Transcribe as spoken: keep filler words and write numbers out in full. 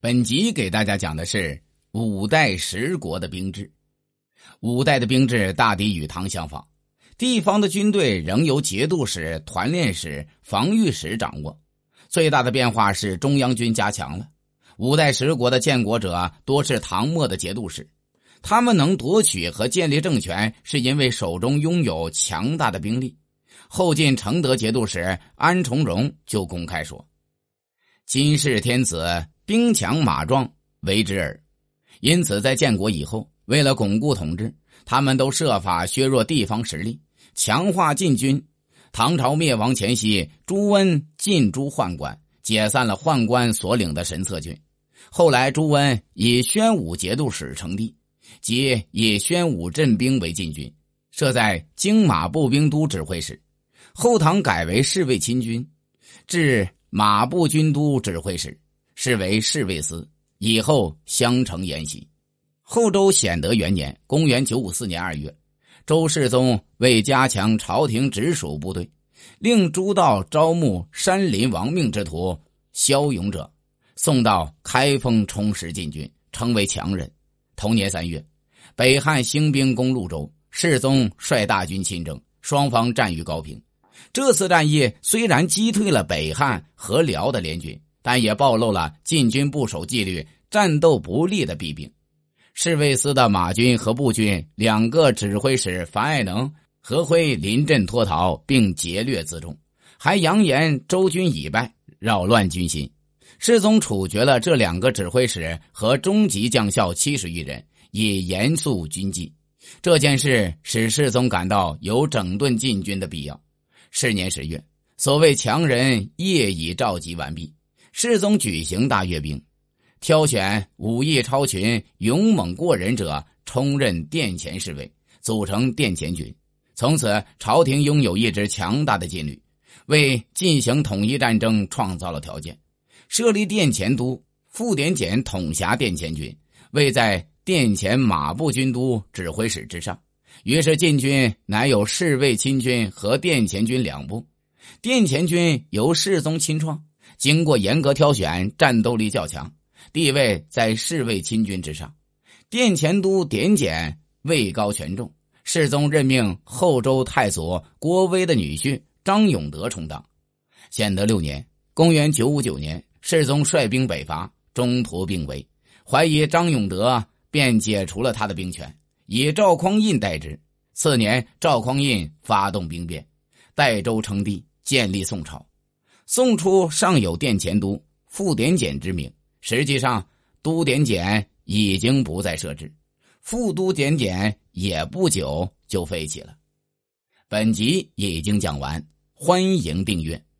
本集给大家讲的是五代十国的兵制。五代的兵制大抵与唐相仿，地方的军队仍由节度使、团练使、防御使掌握。最大的变化是中央军加强了。五代十国的建国者多是唐末的节度使，他们能夺取和建立政权，是因为手中拥有强大的兵力。后晋承德节度使安重荣就公开说：“今世天子兵强马壮，为之耳。”因此在建国以后，为了巩固统治，他们都设法削弱地方实力，强化禁军。唐朝灭亡前夕，朱温进诛宦官，解散了宦官所领的神策军。后来朱温以宣武节度使称帝，即以宣武镇兵为禁军，设在京马步兵都指挥使。后唐改为侍卫亲军，至马步军都指挥使，是为侍卫司，以后相承沿袭。后周显德元年，公元九五四年二月，周世宗为加强朝廷直属部队，令朱道招募山林亡命之徒骁勇者，送到开封充实禁军，称为强人。同年三月，北汉兴兵攻潞州，世宗率大军亲征，双方战于高平。这次战役虽然击退了北汉和辽的联军，但也暴露了禁军不守纪律、战斗不利的弊病。侍卫司的马军和步军两个指挥使樊爱能、何辉临阵脱逃，并劫掠辎重，还扬言周军已败，扰乱军心。世宗处决了这两个指挥使和中级将校七十余人，以严肃军纪。这件事使世宗感到有整顿禁军的必要。是年十月，所谓强人业已召集完毕，世宗举行大阅兵，挑选武艺超群、勇猛过人者充任殿前侍卫，组成殿前军。从此朝廷拥有一支强大的禁旅，为进行统一战争创造了条件。设立殿前都，傅典检统辖殿前军，位在殿前马步军都指挥使之上。于是禁军乃有侍卫亲军和殿前军两部。殿前军由世宗亲创，经过严格挑选，战斗力较强，地位在侍卫亲军之上。殿前都典检位高权重，世宗任命后周太祖郭威的女婿张永德充当。显德六年，公元九五九年，世宗率兵北伐，中途病危，怀疑张永德，便解除了他的兵权，以赵匡胤代之。次年，赵匡胤发动兵变，代周称帝，建立宋朝。宋初尚有殿前都傅典检之名，实际上都典检已经不再设置，副都典检也不久就废弃了。本集已经讲完，欢迎订阅。